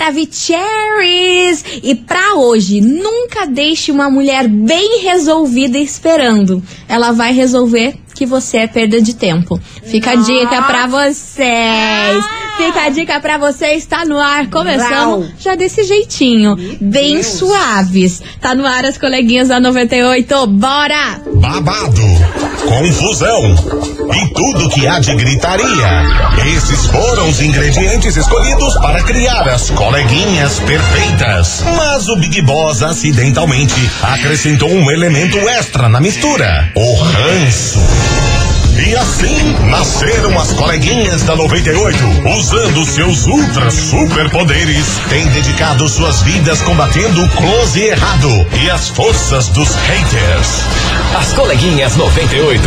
Maravicheries! E pra hoje, nunca deixe uma mulher bem resolvida esperando. Ela vai resolver que você é perda de tempo. Fica a dica pra vocês. Fica a dica pra vocês, tá no ar, começando já desse jeitinho, bem suaves. Tá no ar as coleguinhas da 98, bora! Babado, confusão e tudo que há de gritaria. Esses foram os ingredientes escolhidos para criar as coleguinhas perfeitas. Mas o Big Boss acidentalmente acrescentou um elemento extra na mistura: o ranço. E assim nasceram as coleguinhas da 98, usando seus ultra superpoderes, têm dedicado suas vidas combatendo o close e errado e as forças dos haters. As coleguinhas 98.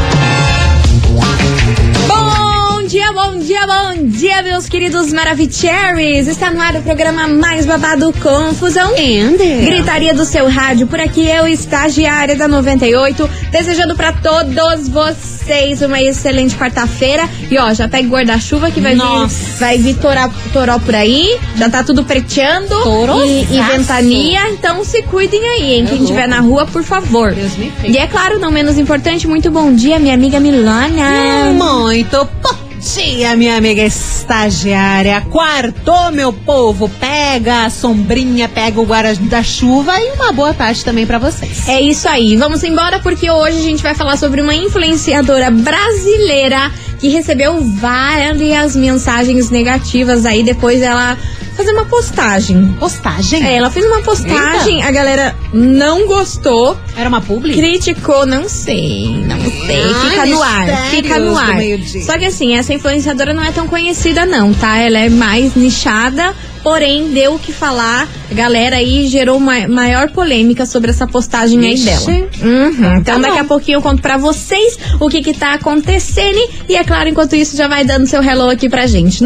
Bom dia, meus queridos Maravicheries. Está no ar o programa mais babado, Confusão e Gritaria do seu rádio. Por aqui eu, estagiária da 98, desejando pra todos vocês uma excelente quarta-feira. E ó, já pega o guarda-chuva que vai vir toró por aí. Já tá tudo preteando e ventania. Então se cuidem aí, hein? Quem estiver na rua, por favor. Deus me fez. E é claro, não menos importante, muito bom dia, minha amiga Milana. Muito bom dia, minha amiga estagiária. Quartou, meu povo. Pega a sombrinha, pega o guarda-chuva e uma boa tarde também pra vocês. É isso aí. Vamos embora porque hoje a gente vai falar sobre uma influenciadora brasileira que recebeu várias mensagens negativas aí depois dela fazer uma postagem. Postagem? É, ela fez uma postagem, Eita. A galera não gostou. Era uma publi? Criticou, não sei. Fica no ar. Só que assim, essa influenciadora não é tão conhecida não, tá? Ela é mais nichada, porém deu o que falar. A galera aí gerou maior polêmica sobre essa postagem aí dela. Então daqui a pouquinho eu conto pra vocês o que tá acontecendo. E é claro, enquanto isso já vai dando seu hello aqui pra gente.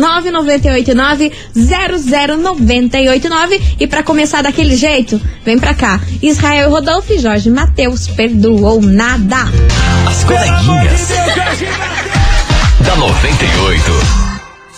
998900989. E pra começar daquele jeito, vem pra cá. Israel Rodolfo e Jorge Mateus, perdoou nada. As coleguinhas da 98.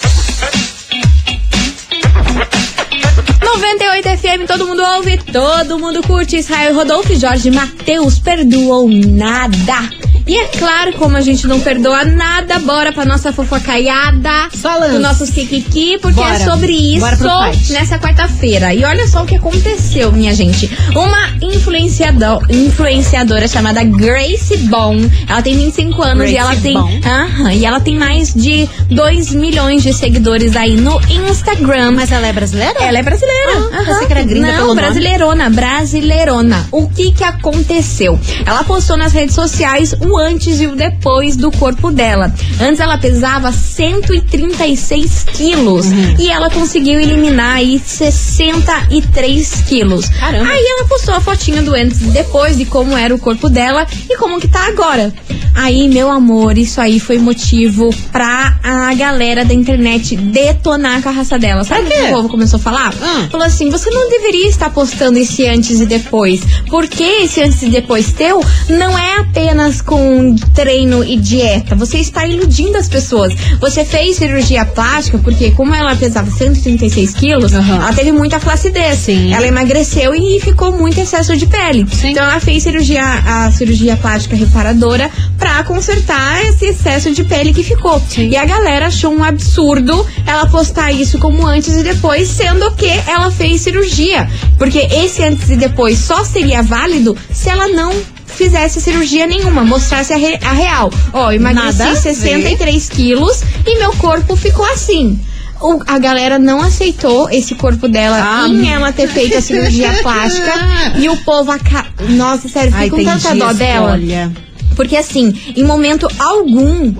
98 FM, todo mundo ouve, todo mundo curte. Israel Rodolfo e Jorge Mateus, perdoou nada. E é claro, como a gente não perdoa nada, bora pra nossa fofocaiada, do nosso Kikiki, porque é sobre isso nessa quarta-feira. E olha só o que aconteceu, minha gente. Uma influenciadora chamada Grace Bon, ela tem 25 anos Grace e ela tem mais de 2 milhões de seguidores aí no Instagram. Mas ela é brasileira? Ela é brasileira. Pensei que era gringa pelo nome. Brasileirona. O que aconteceu? Ela postou nas redes sociais o antes e o depois do corpo dela. Antes ela pesava 136 quilos e ela conseguiu eliminar aí 63 quilos. Caramba. Aí ela postou a fotinha do antes e depois de como era o corpo dela e como que tá agora. Aí, meu amor, isso aí foi motivo pra a galera da internet detonar com a raça dela. Sabe o que o povo começou a falar? Falou assim, você não deveria estar postando esse antes e depois, porque esse antes e depois teu não é apenas com treino e dieta. Você está iludindo as pessoas. Você fez cirurgia plástica, porque como ela pesava 136 quilos, ela teve muita flacidez. Sim. Ela emagreceu e ficou muito excesso de pele. Sim. Então ela fez a cirurgia plástica reparadora pra consertar esse excesso de pele que ficou. Sim. E a galera achou um absurdo ela postar isso como antes e depois, sendo que ela fez cirurgia. Porque esse antes e depois só seria válido se ela não fizesse cirurgia nenhuma, mostrasse a real. Ó, emagreci 63 quilos e meu corpo ficou assim. A galera não aceitou esse corpo dela em ela ter feito a cirurgia plástica. E o povo nossa, sério, fica com tanta dó dela. Olha. Porque assim, em momento algum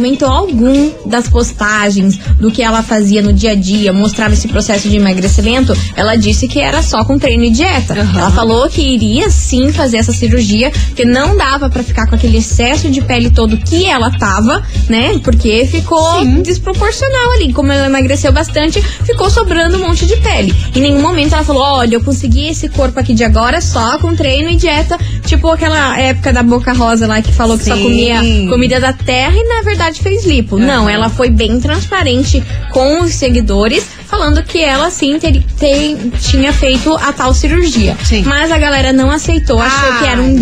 das postagens do que ela fazia no dia a dia, mostrava esse processo de emagrecimento, ela disse que era só com treino e dieta. Ela falou que iria sim fazer essa cirurgia, que não dava pra ficar com aquele excesso de pele todo que ela tava, né? Porque ficou desproporcional ali. Como ela emagreceu bastante, ficou sobrando um monte de pele. Em nenhum momento ela falou, olha, eu consegui esse corpo aqui de agora só com treino e dieta. Tipo aquela época da Boca Rosa lá que falou que só comia comida da terra e na verdade fez lipo. Não, ela foi bem transparente com os seguidores, falando que ela sim tinha feito a tal cirurgia. Sim. Mas a galera não aceitou, achou que era um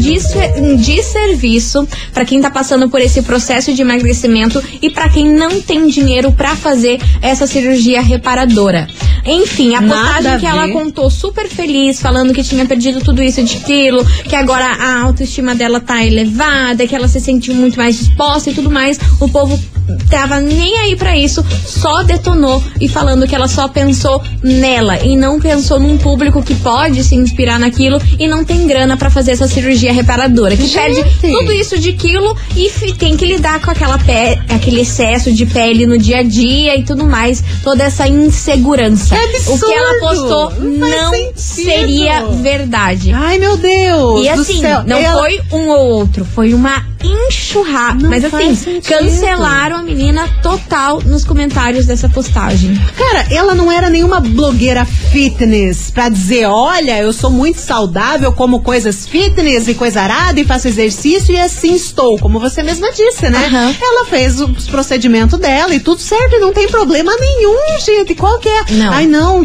desserviço pra quem tá passando por esse processo de emagrecimento e pra quem não tem dinheiro pra fazer essa cirurgia reparadora. Enfim, a postagem que ela contou super feliz, falando que tinha perdido tudo isso de quilo, que agora a autoestima dela tá elevada, que ela se sentiu muito mais disposta e tudo mais. O povo tava nem aí pra isso, só detonou e falando que ela só pensou nela e não pensou num público que pode se inspirar naquilo e não tem grana pra fazer essa cirurgia reparadora, que perde tudo isso de quilo e tem que lidar com aquele excesso de pele no dia a dia e tudo mais, toda essa insegurança. O que ela postou não seria verdade. Ai, meu Deus. E assim, não foi um ou outro, foi uma enxurrada. Mas assim, cancelaram a menina total nos comentários dessa postagem. Cara, ela não era nenhuma blogueira fitness pra dizer, olha, eu sou muito saudável, como coisas fitness e coisa arada e faço exercício e assim estou, como você mesma disse, né? Ela fez os procedimentos dela e tudo certo, e não tem problema nenhum, gente. Qual que é? Não. Ai, não,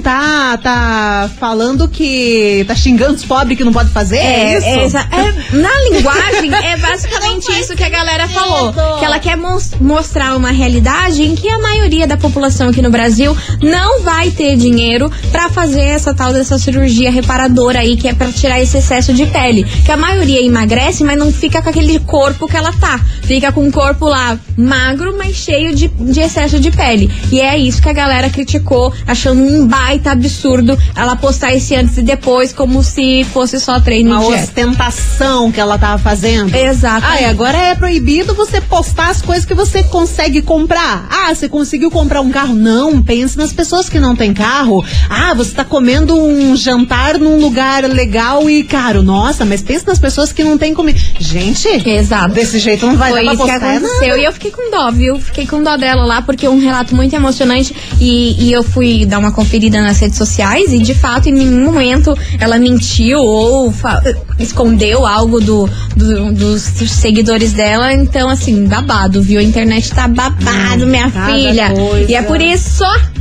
tá falando que tá xingando os pobres que não pode fazer? É isso? Na linguagem, é basicamente isso que a galera falou. Que ela quer mostrar uma realidade em que a maioria da população aqui no Brasil não vai ter dinheiro pra fazer essa tal dessa cirurgia reparadora aí, que é pra tirar esse excesso de pele. Que a maioria emagrece, mas não fica com aquele corpo que ela tá. Fica com um corpo lá magro, mas cheio de excesso de pele. E é isso que a galera criticou, achando um baita absurdo ela postar esse antes e depois, como se fosse só treino de dieta. Uma ostentação que ela tava fazendo. Exato. Ah, e agora é proibido você postar as coisas que você consegue comprar. Ah, você conseguiu comprar um carro? Não, pense nas pessoas que não têm carro. Ah, você tá comendo um jantar num lugar legal e caro. Nossa, mas pense nas pessoas que não têm comida. Gente, exato. Desse jeito não vai dar pra postar. Foi isso que aconteceu. E eu fiquei com dó, viu? Fiquei com dó dela lá, porque é um relato muito emocionante e eu fui dar uma conferida nas redes sociais e, de fato, em nenhum momento ela mentiu ou escondeu algo dos seguidores dela. Então, assim, babado, viu? A internet tá babado, minha filha. Coisa. E é por isso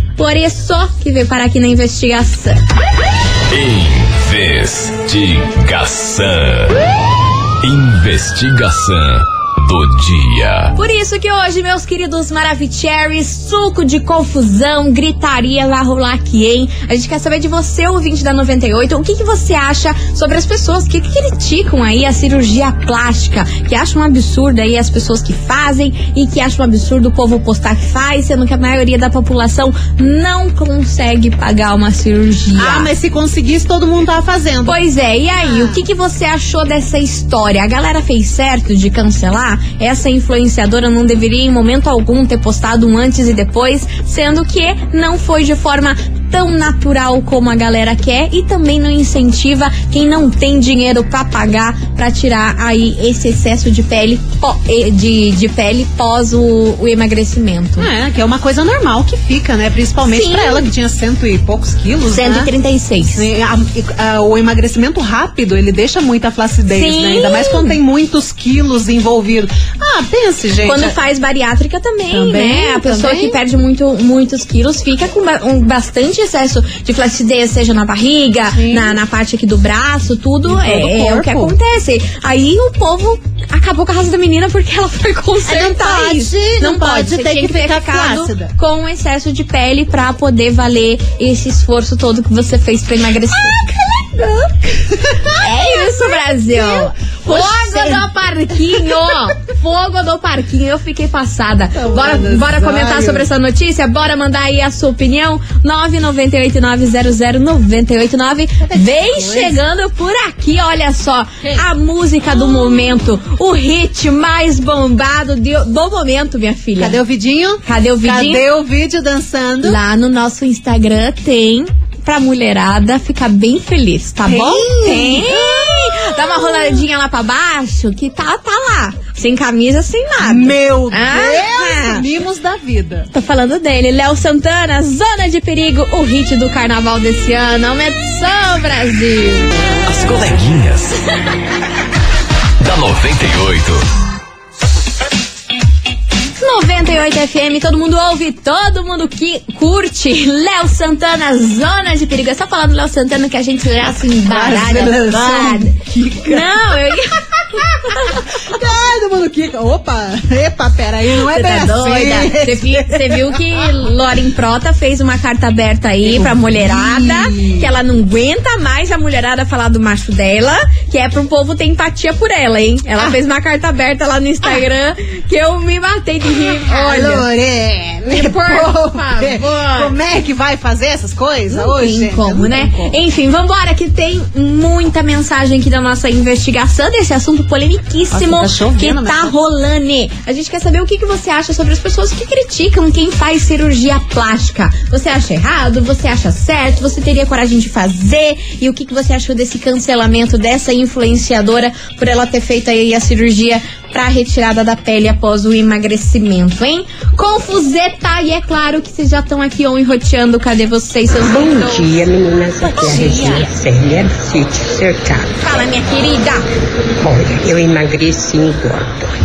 que veio parar aqui na investigação. Investigação do dia. Por isso que hoje, meus queridos Maravicheries, suco de confusão, gritaria vai rolar aqui, hein? A gente quer saber de você, ouvinte da 98, o que você acha sobre as pessoas que criticam aí a cirurgia plástica, que acham um absurdo aí as pessoas que fazem e que acham um absurdo o povo postar que faz, sendo que a maioria da população não consegue pagar uma cirurgia. Ah, mas se conseguisse, todo mundo tava fazendo. Pois é, e aí, o que você achou dessa história? A galera fez certo de cancelar? Essa influenciadora não deveria em momento algum ter postado um antes e depois, sendo que não foi de forma tão natural como a galera quer e também não incentiva quem não tem dinheiro pra pagar pra tirar aí esse excesso de pele de pele pós o emagrecimento. É, que é uma coisa normal que fica, né? Principalmente pra ela que tinha 100 e poucos quilos, 136. Né? O emagrecimento rápido, ele deixa muita flacidez, né? Ainda mais quando tem muitos quilos envolvidos. Ah, pense, gente. Quando faz bariátrica também, né? A pessoa que perde muitos quilos fica com bastante excesso de flacidez, seja na barriga, na parte aqui do braço, tudo é o que acontece. Aí o povo acabou com a raça da menina porque ela foi consertar isso. Não pode, você tinha que ter ficado flácida, com excesso de pele pra poder valer esse esforço todo que você fez pra emagrecer. Ah, que legal! É isso, Brasil! Fogo do parquinho! Fogo do parquinho, eu fiquei passada. Bora comentar sobre essa notícia? Bora mandar aí a sua opinião? 998900989. Vem chegando por aqui, olha só. A música do momento, o hit mais bombado do momento, minha filha. Cadê o vidinho? Cadê o vidinho? Cadê o vídeo dançando? Lá no nosso Instagram tem pra mulherada ficar bem feliz, tá bom? Tem! Dá uma roladinha lá pra baixo, que tá lá. Sem camisa, sem nada. Meu Deus! Mimos da vida. Tô falando dele, Léo Santana, Zona de Perigo, o hit do carnaval desse ano. Aumenta o som, Brasil! As coleguinhas da 98. 98 FM, todo mundo ouve, todo mundo que curte. Léo Santana, Zona de Perigo. É só falar do Léo Santana que a gente já se embaralha. Não, eu ia... Todo mundo quica. Opa, epa, peraí, não é bem assim. Doida. Você viu que Loren Prota fez uma carta aberta aí pra mulherada, que ela não aguenta mais a mulherada falar do macho dela, que é pro povo ter empatia por ela, hein? Ela fez uma carta aberta lá no Instagram, que eu me matei de rir. Olha, Lorene, por favor. Como é que vai fazer essas coisas não hoje? Tem como, né? Enfim, vambora, que tem muita mensagem aqui da nossa investigação desse assunto polemiquíssimo. Nossa, que tá rolando. A gente quer saber o que você acha sobre as pessoas que criticam quem faz cirurgia plástica. Você acha errado? Você acha certo? Você teria coragem de fazer? E o que você achou desse cancelamento dessa influenciadora por ela ter feito aí a cirurgia pra retirada da pele após o emagrecimento, hein? Confuseta, e é claro que vocês já estão aqui enroteando. Cadê vocês, seus Bom dia, meninas. Aqui é a Regina Célia, do Sítio Cercado. Fala, minha querida. Olha, eu emagreci e engordo.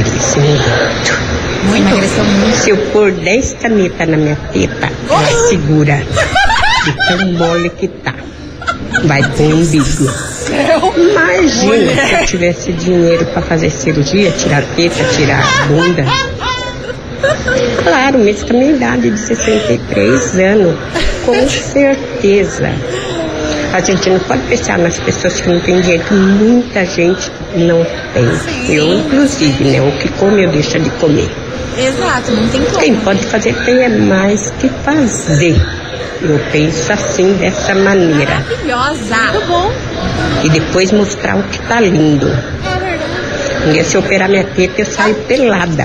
Emagreceu muito. Se eu pôr 10 canetas na minha teta, ela segura. De tão mole que tá. Vai pro umbigo. Imagina se eu tivesse dinheiro pra fazer cirurgia, tirar a teta, tirar a bunda. Claro, mesmo com a minha idade de 63 anos, com certeza. A gente não pode pensar nas pessoas que não têm dinheiro, que muita gente não tem. Eu, inclusive, né? O que come, eu deixo de comer. Exato, não tem como. Quem pode fazer tem é mais que fazer. Eu penso assim, dessa maneira. Maravilhosa. Muito bom. E depois mostrar o que tá lindo. É verdade. E se eu operar minha teta, eu saio pelada.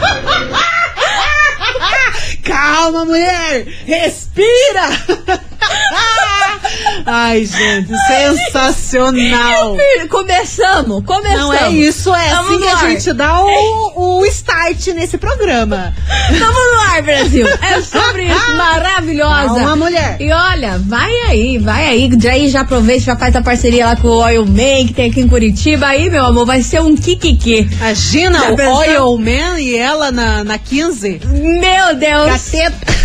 Calma, mulher! Respira! Ai, gente, sensacional! Começamos! Não é isso, é Vamos assim que no a ar. gente dá o start nesse programa. Vamos no ar, Brasil! É sobre isso, maravilhosa! Uma mulher! E olha, vai aí! Daí já aproveita, já faz a parceria lá com o Oil Man, que tem aqui em Curitiba. Aí, meu amor, vai ser um kikiki. Imagina Já o pensou? Oil Man e ela na 15. Meu Deus! Cateta!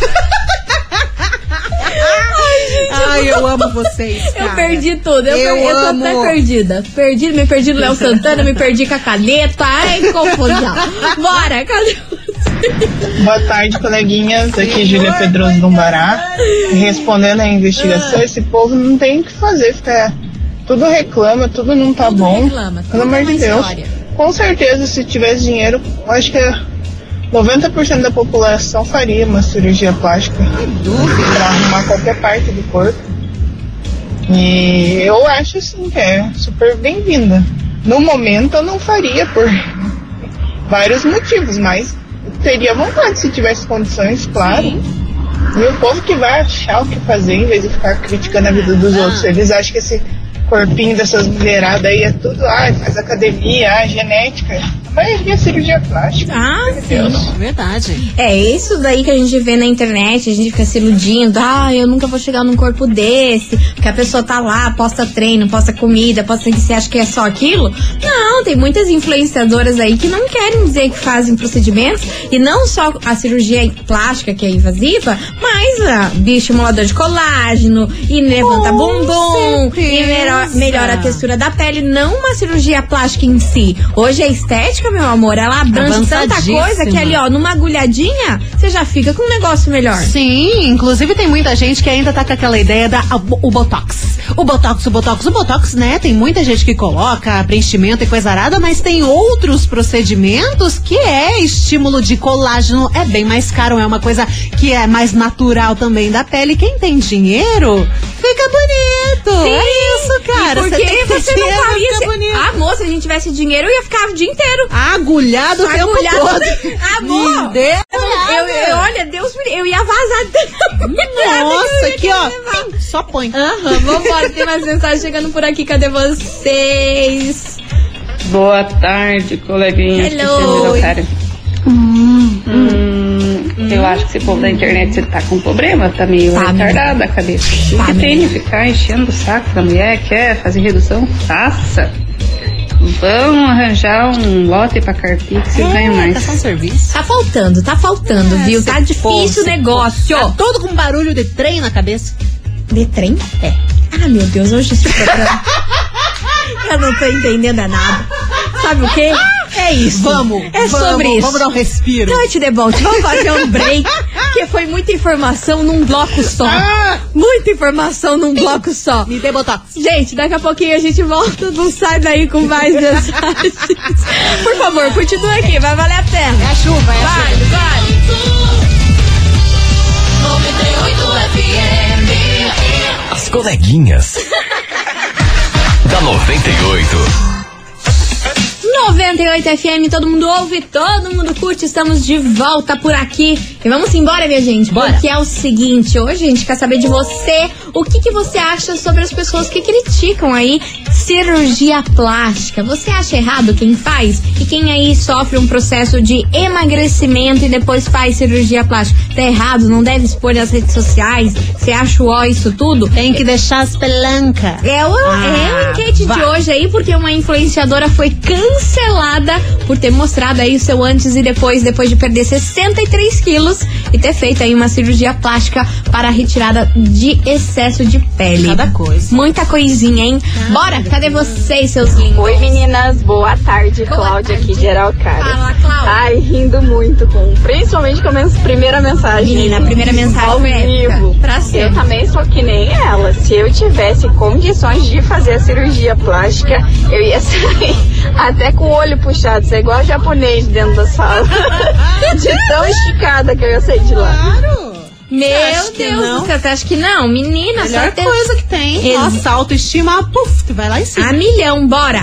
Ai, eu amo vocês, cara. Eu perdi tudo. Eu tô amo. até perdida. Me perdi no Léo Santana, me perdi com a caneta. Ai, confusão. Bora, cadê você? Boa tarde, coleguinhas. Aqui é Júlia Pedroso do Umbará. Respondendo a investigação, esse povo não tem o que fazer. Tudo reclama, tudo não tá Tudo bom. reclama, Pelo tudo amor de uma Deus. história. Com certeza, se tivesse dinheiro, eu acho que 90% da população faria uma cirurgia plástica pra arrumar qualquer parte do corpo. E eu acho assim que é super bem-vinda. No momento eu não faria por vários motivos, mas teria vontade se tivesse condições, claro. Sim. E o povo que vai achar o que fazer em vez de ficar criticando a vida dos outros. Eles acham que esse corpinho dessas mulheradas aí é tudo, faz academia, genética. A maioria é cirurgia plástica. Ah, meu Deus. sim. Verdade. É isso daí que a gente vê na internet, a gente fica se iludindo, eu nunca vou chegar num corpo desse, porque a pessoa tá lá, posta treino, posta comida, posta que você acha que é só aquilo. Não, tem muitas influenciadoras aí que não querem dizer que fazem procedimentos, e não só a cirurgia plástica, que é invasiva, mas a bioestimulador de colágeno, e levanta bumbum, e melhora a textura da pele, não uma cirurgia plástica em si. Hoje a estética, meu amor, ela abrange tanta coisa que ali, numa agulhadinha, você já fica com um negócio melhor. Sim, inclusive tem muita gente que ainda tá com aquela ideia o Botox. O Botox, né? Tem muita gente que coloca preenchimento e coisa arada, mas tem outros procedimentos que é estímulo de colágeno, é bem mais caro, é uma coisa que é mais natural também da pele. Quem tem dinheiro, fica bonito. Sim. É isso, cara. E por que você não faria? Fica bonito. Amor, se a gente tivesse dinheiro, eu ia ficar o dia inteiro. Agulhado o tempo todo. Amor, Me dê olha, Deus me livre, eu ia vazar. Nossa, aqui, ó. Só põe. Vambora, tem mais mensagem chegando por aqui, cadê vocês? Boa tarde, coleguinha. Hello. Eu acho que esse povo da internet tá com problema, tá meio retardada a cabeça. O que tem de ficar enchendo o saco da mulher, quer fazer redução? Faça. Vamos arranjar um lote pra carpir que vocês ganham mais. Tá só um serviço. Tá faltando, viu? Tá difícil o negócio. Tá todo com barulho de trem na cabeça. De trem? É. Ah, meu Deus, hoje esse programa... Eu não tô entendendo nada. Sabe o quê? É isso. Vamos sobre isso. Vamos dar um respiro. Touch the boat. Vamos fazer um break, que foi muita informação num bloco só. Muita informação num bloco só. Me dê botox. Gente, daqui a pouquinho a gente volta. Não sai daí com mais mensagens. Por favor, continua aqui. Vai valer a pena. É a chuva, é a chuva. Vai. 98 FM. As coleguinhas. Da 98. 98 FM, todo mundo ouve, todo mundo curte, estamos de volta por aqui. E vamos embora, minha gente. Bora. Porque é o seguinte, hoje a gente quer saber de você, o que você acha sobre as pessoas que criticam aí cirurgia plástica. Você acha errado quem faz? E quem aí sofre um processo de emagrecimento e depois faz cirurgia plástica? Tá errado, não deve expor nas redes sociais? Você acha isso tudo? Tem que deixar as pelancas. É o enquete de hoje aí, porque uma influenciadora foi cancelada por ter mostrado aí o seu antes e depois de perder 63 quilos e ter feito aí uma cirurgia plástica para a retirada de excesso de pele. Cada coisa. Muita coisinha, hein? Bora, cadê vocês, seus lindos? Oi, meninas, boa tarde. Cláudia aqui de Araucária. Fala, Cláudia. Ai, rindo muito principalmente com a primeira mensagem. Menina, a primeira mensagem ao foi épica. vivo. Pra sempre. Eu também sou que nem ela. Se eu tivesse condições de fazer a cirurgia plástica, eu ia sair até com o olho puxado, ser igual japonês dentro da sala. De tão esticada que eu ia sair de lá. Claro. Meu Deus do céu, você acha que não? Menina, Melhor coisa que tem. Nossa, autoestima, puf, tu vai lá em cima. A milhão, bora.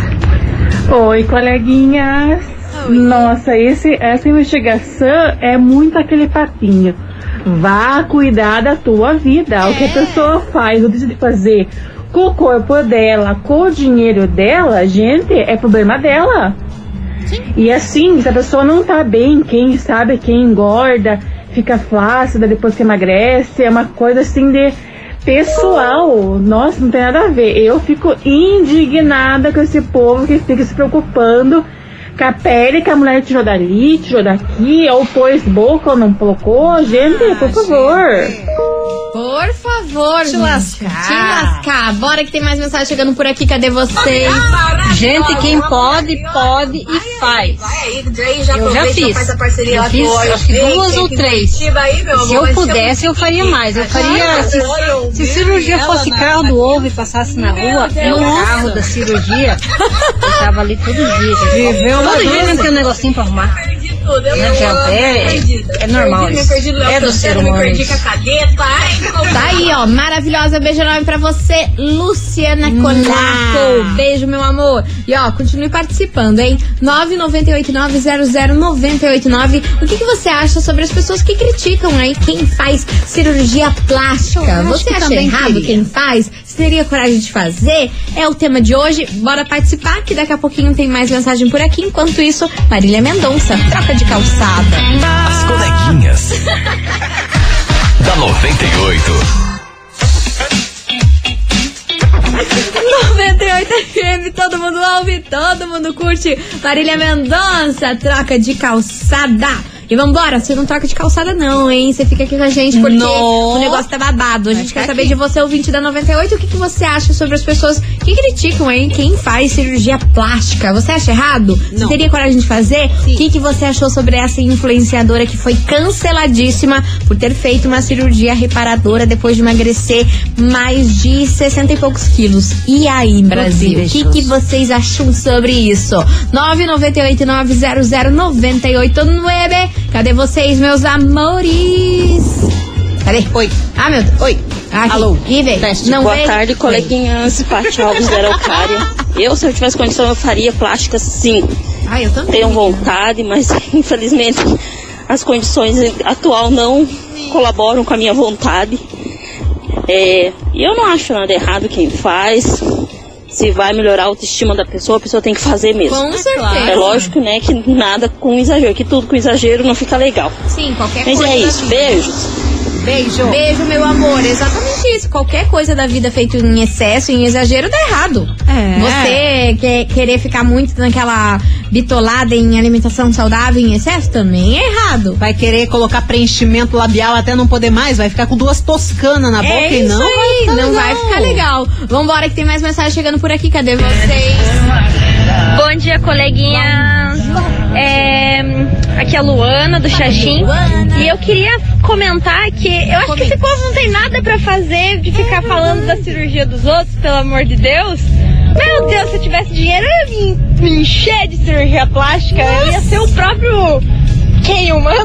Oi, coleguinhas. Oi. Nossa, essa investigação é muito aquele papinho. Vá cuidar da tua vida. O que a pessoa faz, ou decide fazer com o corpo dela, com o dinheiro dela, gente, é problema dela. Sim. E assim, se a pessoa não tá bem, quem sabe quem engorda, fica flácida depois que emagrece, é uma coisa assim de pessoal. Nossa, não tem nada a ver. Eu fico indignada com esse povo que fica se preocupando com a pele que a mulher tirou dali, tirou daqui, ou pôs boca ou não colocou. Gente, por favor. Por favor, Te gente. lascar. Te lascar. Bora que tem mais mensagem chegando por aqui. Cadê vocês? Gente, quem pode e faz. Eu já fiz. Eu fiz acho que 2 ou 3. Se eu pudesse, eu faria mais. Eu faria, se cirurgia fosse carro do ovo e passasse na rua, no carro da cirurgia, eu tava ali todo dia. Todo dia não tem um negocinho pra arrumar. É normal isso. É do ser humano. Tá aí, ó, maravilhosa, beijo enorme pra você, Luciana Colaco. Beijo, meu amor. E ó, continue participando, hein? 998900989. O que você acha sobre as pessoas que criticam aí quem faz cirurgia plástica? Você acha errado quem faz? Você teria coragem de fazer? É o tema de hoje. Bora participar, que daqui a pouquinho tem mais mensagem por aqui. Enquanto isso, Marília Mendonça, troca de calçada. As coleguinhas. Da 98. 98 FM, todo mundo ouve, todo mundo curte. Marília Mendonça, troca de calçada. E vambora, você não troca de calçada não, hein? Você fica aqui com a gente porque o negócio tá babado. A gente quer saber de você, ouvinte da 98, o que você acha sobre as pessoas que criticam, hein? Quem faz cirurgia plástica. Você acha errado? Não. Você teria coragem de fazer? Sim. O que você achou sobre essa influenciadora que foi canceladíssima por ter feito uma cirurgia reparadora depois de emagrecer mais de 60 e poucos quilos? E aí, Brasil? O que vocês acham sobre isso? 998900989. Cadê vocês, meus amores? Cadê? Oi. Ah, meu Deus. Oi. Aqui. Alô. E vem. Não Boa veio? tarde, coleguinhas. Pati Alves da Araucária. Eu, se eu tivesse condição, eu faria plástica sim. Ah, eu também. Tenho vontade, mas infelizmente as condições atual não colaboram com a minha vontade. E eu não acho nada errado quem faz. Se vai melhorar a autoestima da pessoa, a pessoa tem que fazer mesmo. Com certeza. É lógico, né, que nada com exagero, que tudo com exagero não fica legal. Sim, qualquer Mas coisa. é isso, beijos. Beijo. Beijo, meu amor. Exatamente isso. Qualquer coisa da vida feita em excesso, em exagero, dá errado. Você querer ficar muito naquela bitolada em alimentação saudável em excesso também é errado. Vai querer colocar preenchimento labial até não poder mais, vai ficar com 2 toscanas na boca e não aí, vai não vai ficar legal. Vambora que tem mais mensagem chegando por aqui. Cadê vocês? Bom dia, coleguinhas. Aqui é a Luana do Xaxim. E eu queria comentar que eu acho que esse povo não tem nada pra fazer de ficar falando da cirurgia dos outros, pelo amor de Deus. Meu Deus, se eu tivesse dinheiro eu ia me encher de cirurgia plástica. Nossa. Eu ia ser o próprio quem humano.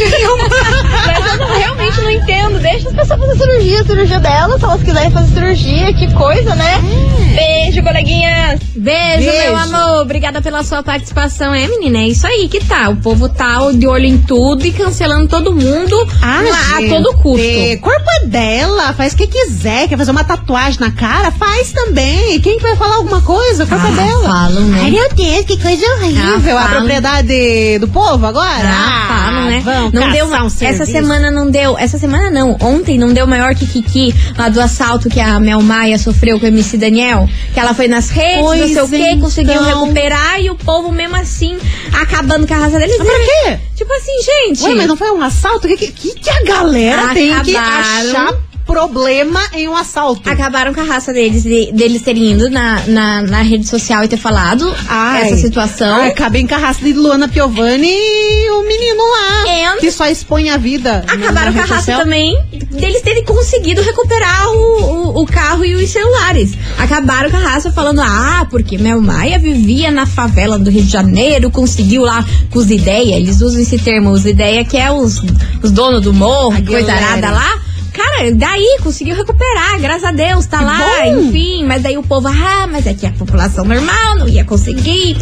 Mas eu realmente não entendo. Deixa as pessoas fazer a cirurgia delas, se elas quiserem fazer cirurgia, que coisa, né? Beijo, coleguinhas. Beijo, meu amor. Obrigada pela sua participação. Menina, é isso aí que tá. O povo tá de olho em tudo e cancelando todo mundo a todo custo. O corpo é dela, faz o que quiser. Quer fazer uma tatuagem na cara? Faz também. Quem vai falar alguma coisa? O corpo é dela. Falam, né? Ai, meu Deus, que coisa horrível. A propriedade do povo agora? Falam, né? Não deu essa semana não deu. Essa semana não. Ontem não deu maior que Kiki lá do assalto que a Mel Maia sofreu com o MC Daniel. Que ela foi nas redes, não sei o que, conseguiu recuperar e o povo mesmo assim acabando com a raça deles. Mas por quê? Tipo assim, gente. Ué, mas não foi um assalto? Que a galera tem que achar problema em um assalto? Acabaram com a raça deles terem ido na rede social e ter falado essa situação. Acabem com a raça de Luana Piovani e o menino lá, que só expõe a vida. Acabaram com a raça também deles terem conseguido recuperar o carro e os celulares. Acabaram com a raça falando, porque Mel Maia vivia na favela do Rio de Janeiro, conseguiu lá com os ideias, eles usam esse termo, os ideias, que é os donos do morro, coisa arada lá. Cara, daí conseguiu recuperar, graças a Deus, tá lá, enfim. Mas daí o povo, mas é que a população normal não ia conseguir.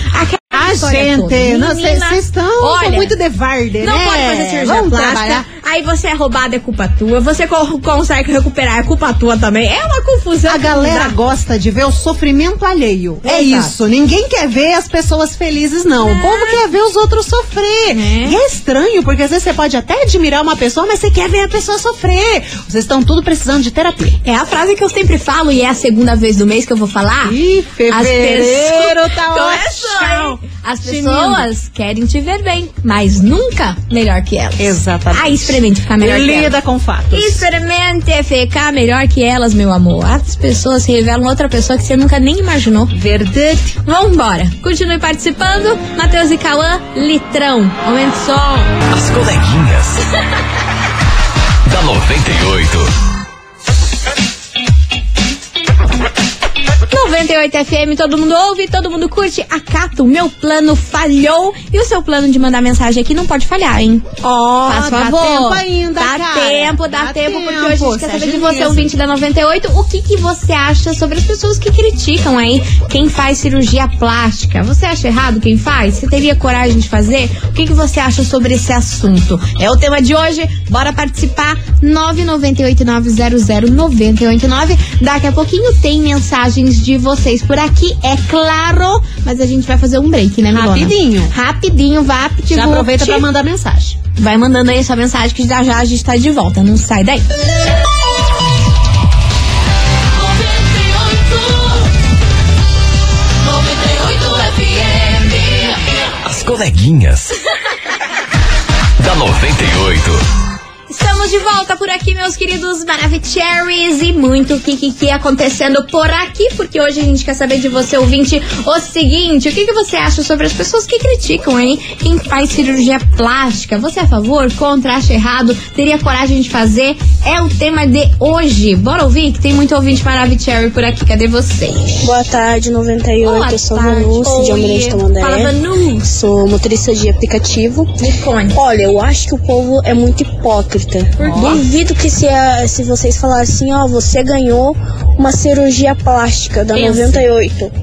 Gente, vocês estão muito de varde, né? Não pode fazer cirurgia plástica. Aí você é roubado, é culpa tua. Você consegue recuperar, é culpa tua também. É uma confusão. A galera gosta de ver o sofrimento alheio. É isso. Ninguém quer ver as pessoas felizes, não. O povo quer ver os outros sofrer. E é estranho, porque às vezes você pode até admirar uma pessoa, mas você quer ver a pessoa sofrer. Vocês estão tudo precisando de terapia. É a frase que eu sempre falo e é a segunda vez do mês que eu vou falar. Fevereiro tá ótimo. As pessoas querem te ver bem, mas nunca melhor que elas. Exatamente. Experimente ficar melhor que elas. Lida com fatos. Experimente ficar melhor que elas, meu amor. As pessoas revelam outra pessoa que você nunca nem imaginou. Verdade. Vambora. Continue participando. Matheus e Cauã, Litrão. Aumenta o som. As coleguinhas. Da 98. 98 FM, todo mundo ouve, todo mundo curte. Acato, meu plano falhou. E o seu plano de mandar mensagem aqui não pode falhar, hein? Faz favor. Dá tempo ainda, Dá tempo, porque hoje a gente quer saber de você, ouvinte da 98, o que você acha sobre as pessoas que criticam aí quem faz cirurgia plástica. Você acha errado quem faz? Você teria coragem de fazer? O que você acha sobre esse assunto? É o tema de hoje, bora participar. 998-900-989. Daqui a pouquinho tem mensagens de vocês por aqui, é claro, mas a gente vai fazer um break, né, Milona? Rapidinho, vapt. Já aproveita pra mandar mensagem. Vai mandando aí sua mensagem que já a gente tá de volta, não sai daí. 98 FM. As coleguinhas. Da 98. Estamos de volta por aqui, meus queridos Maravicheries, e muito que acontecendo por aqui, porque hoje a gente quer saber de você, ouvinte, o seguinte: o que você acha sobre as pessoas que criticam, hein? Quem faz cirurgia plástica? Você é a favor, contra, acha errado? Teria coragem de fazer? É o tema de hoje. Bora ouvir, que tem muito ouvinte Maravicherry por aqui. Cadê vocês? Boa tarde, 98. Eu sou Vanucci, de Almirante Tamandaré. Fala, Vanucci. Sou motorista de aplicativo. Olha, eu acho que o povo é muito hipócrita. Duvido que se vocês falarem assim, você ganhou uma cirurgia plástica da 98.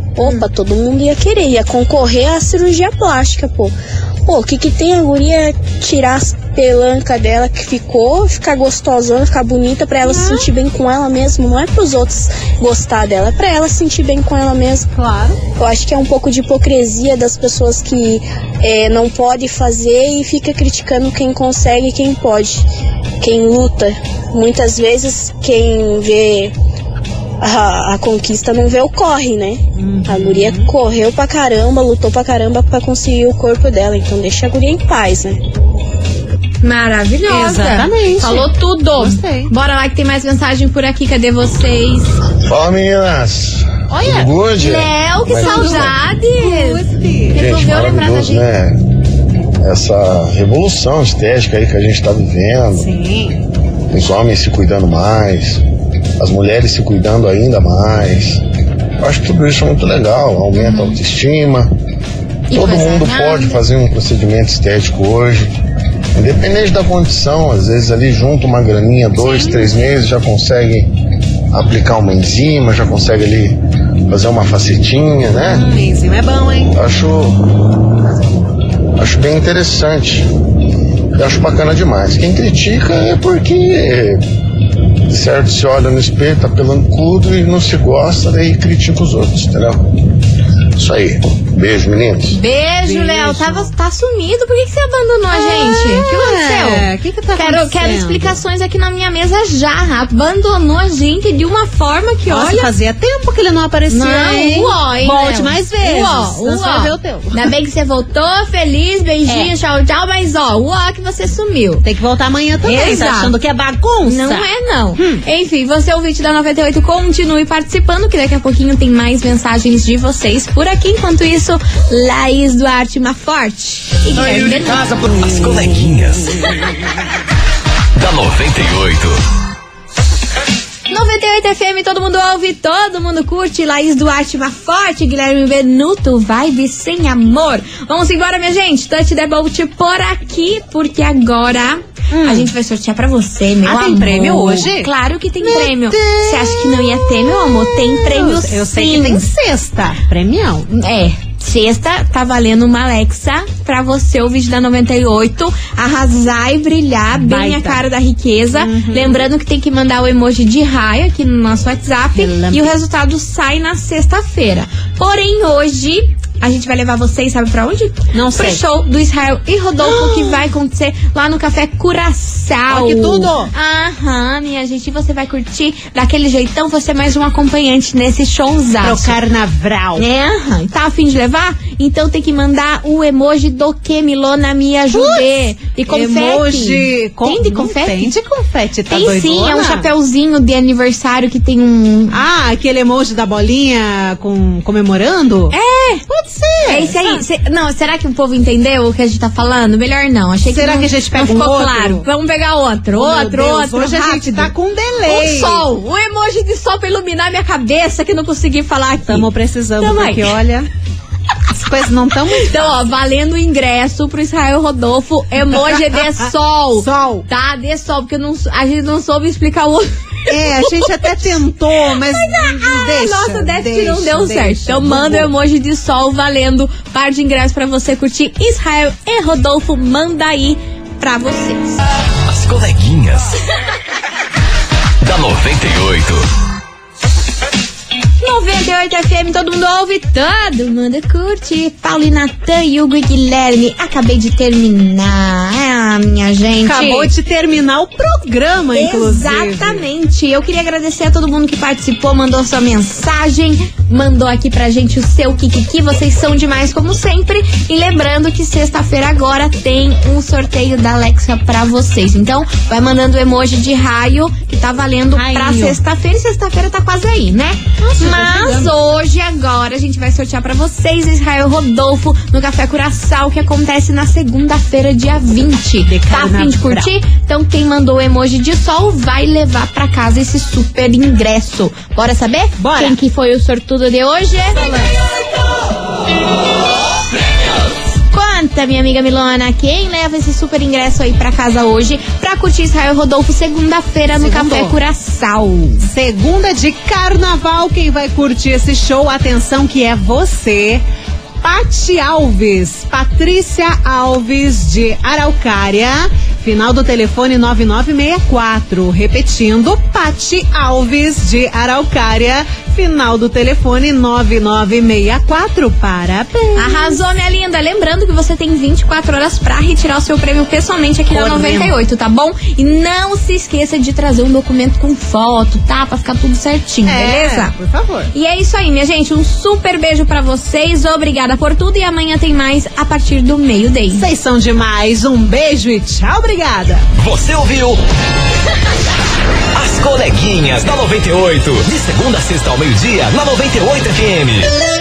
Opa, todo mundo ia querer, ia concorrer à cirurgia plástica, pô. Pô, o que tem a guria tirar as pelancas dela que ficou, ficar gostosona, ficar bonita pra ela se sentir bem com ela mesma. Não é pros outros gostar dela, é pra ela se sentir bem com ela mesma. Claro. Eu acho que é um pouco de hipocrisia das pessoas que não pode fazer e fica criticando quem consegue e quem pode, quem luta. Muitas vezes quem vê a conquista não vê o corre, né? A guria correu pra caramba, lutou pra caramba pra conseguir o corpo dela. Então deixa a guria em paz, né? Maravilhosa. Exatamente. Falou tudo. Gostei. Bora lá que tem mais mensagem por aqui. Cadê vocês? Fala, meninas. Olha, Good? Léo, que saudades. Gente, Resolveu lembrar da maravilhoso, gente. né? Essa revolução estética aí que a gente tá vivendo. Sim. Os homens se cuidando mais, as mulheres se cuidando ainda mais. Eu acho que tudo isso é muito legal, aumenta a autoestima. Todo mundo pode fazer um procedimento estético hoje, independente da condição. Às vezes ali junto uma graninha, 2, 3 meses, já consegue aplicar uma enzima, já consegue ali fazer uma facetinha, né? Enzima é bom, hein? Acho bem interessante. Eu acho bacana demais. Quem critica é porque, certo, se olha no espelho, tá pelancudo e não se gosta, daí critica os outros, entendeu? Isso aí. Beijo, meninos. Beijo, Léo. Tá sumido. Por que você abandonou a gente? O que aconteceu? O que tá acontecendo? Quero explicações aqui na minha mesa já. Abandonou a gente de uma forma que, Nossa, olha... fazia tempo que ele não aparecia, Não, hein? hein, Volte Léo? mais vezes. Nós vamos ver o teu. Ainda bem que você voltou, feliz, beijinho, tchau, tchau. Mas, que você sumiu. Tem que voltar amanhã também. Exato. Tá achando que é bagunça? Não é, não. Enfim, você ouvinte da 98, continue participando, que daqui a pouquinho tem mais mensagens de vocês por aqui. Enquanto isso, Laís Duarte Maforte e Guilherme Benuto. As coleguinhas da 98. 98 FM, todo mundo ouve, todo mundo curte. Laís Duarte Maforte, Guilherme Benuto, vibe sem amor. Vamos embora, minha gente. Touch the Bolt por aqui, porque agora a gente vai sortear pra você, meu amor. Tem prêmio hoje? Claro que tem prêmio. Você acha que não ia ter, meu amor? Tem prêmio sim. Eu sei que tem sexta. Premião. Sexta tá valendo uma Alexa pra você, o vídeo da 98, arrasar e brilhar bem a cara da riqueza. Lembrando que tem que mandar o emoji de raio aqui no nosso WhatsApp e o resultado sai na sexta-feira. Porém, hoje a gente vai levar vocês, sabe pra onde? Não sei. Pro show do Israel e Rodolfo, que vai acontecer lá no Café Curaçao. Que tudo! Aham, minha gente, você vai curtir daquele jeitão, você é mais um acompanhante nesse showzaço. Pro carnaval. Tá a fim de levar? Então tem que mandar o emoji do que Milona me ajude. E confete. Emoji. Tem de confete? Tem de confete, tá tem doidona? Sim, é um chapeuzinho de aniversário que tem um... aquele emoji da bolinha comemorando? Pode ser. É isso aí. Não, será que o povo entendeu o que a gente tá falando? Melhor não. Achei Será que a gente pega não ficou outro? claro. Vamos pegar outro. Outro. Hoje rápido. a gente tá com delay. Um sol. Um emoji de sol pra iluminar minha cabeça que eu não consegui falar aqui. Estamos precisando, porque olha... As coisas não estão muito... Então, valendo o ingresso pro Israel Rodolfo, emoji de sol. Sol. Tá, de sol, porque a gente não soube explicar o outro. A gente até tentou, mas deixa. Nossa, que não deu certo. Então manda o emoji de sol valendo par de ingressos pra você curtir Israel e Rodolfo. Manda aí pra vocês. As coleguinhas da 98. 98 FM, todo mundo ouve, todo mundo curte. Paulo e Natan, Hugo e Guilherme. Acabei de terminar, minha gente. Acabou de terminar o programa, inclusive. Exatamente. Eu queria agradecer a todo mundo que participou, mandou sua mensagem, mandou aqui pra gente o seu kikiki. Vocês são demais, como sempre. E lembrando que sexta-feira agora tem um sorteio da Alexa pra vocês. Então, vai mandando o emoji de raio, que tá valendo pra sexta-feira. E sexta-feira tá quase aí, né? Nossa, mas hoje, agora, a gente vai sortear pra vocês Israel Rodolfo no Café Curaçao, que acontece na segunda-feira, dia 20. Tá a fim de curtir? Então, quem mandou o emoji de sol vai levar pra casa esse super ingresso. Bora saber? Bora! Quem que foi o sortudo de hoje? conta, minha amiga Milona, quem leva esse super ingresso aí pra casa hoje pra curtir Israel Rodolfo segunda-feira no Café Curaçao? Segunda de carnaval, quem vai curtir esse show? Atenção que é você, Pati Alves, Patrícia Alves de Araucária, final do telefone 9964. Repetindo, Pati Alves de Araucária, final do telefone 9964. Parabéns. Arrasou, minha linda. Lembrando que você tem 24 horas pra retirar o seu prêmio pessoalmente aqui na 98, tá bom? E não se esqueça de trazer um documento com foto, tá? Pra ficar tudo certinho, beleza? Por favor. E é isso aí, minha gente. Um super beijo pra vocês. Obrigada por tudo. E amanhã tem mais a partir do meio-dia. Vocês são demais. Um beijo e tchau, obrigada. Você ouviu? As coleguinhas da 98. De segunda a sexta ao meio-dia, na 98 FM.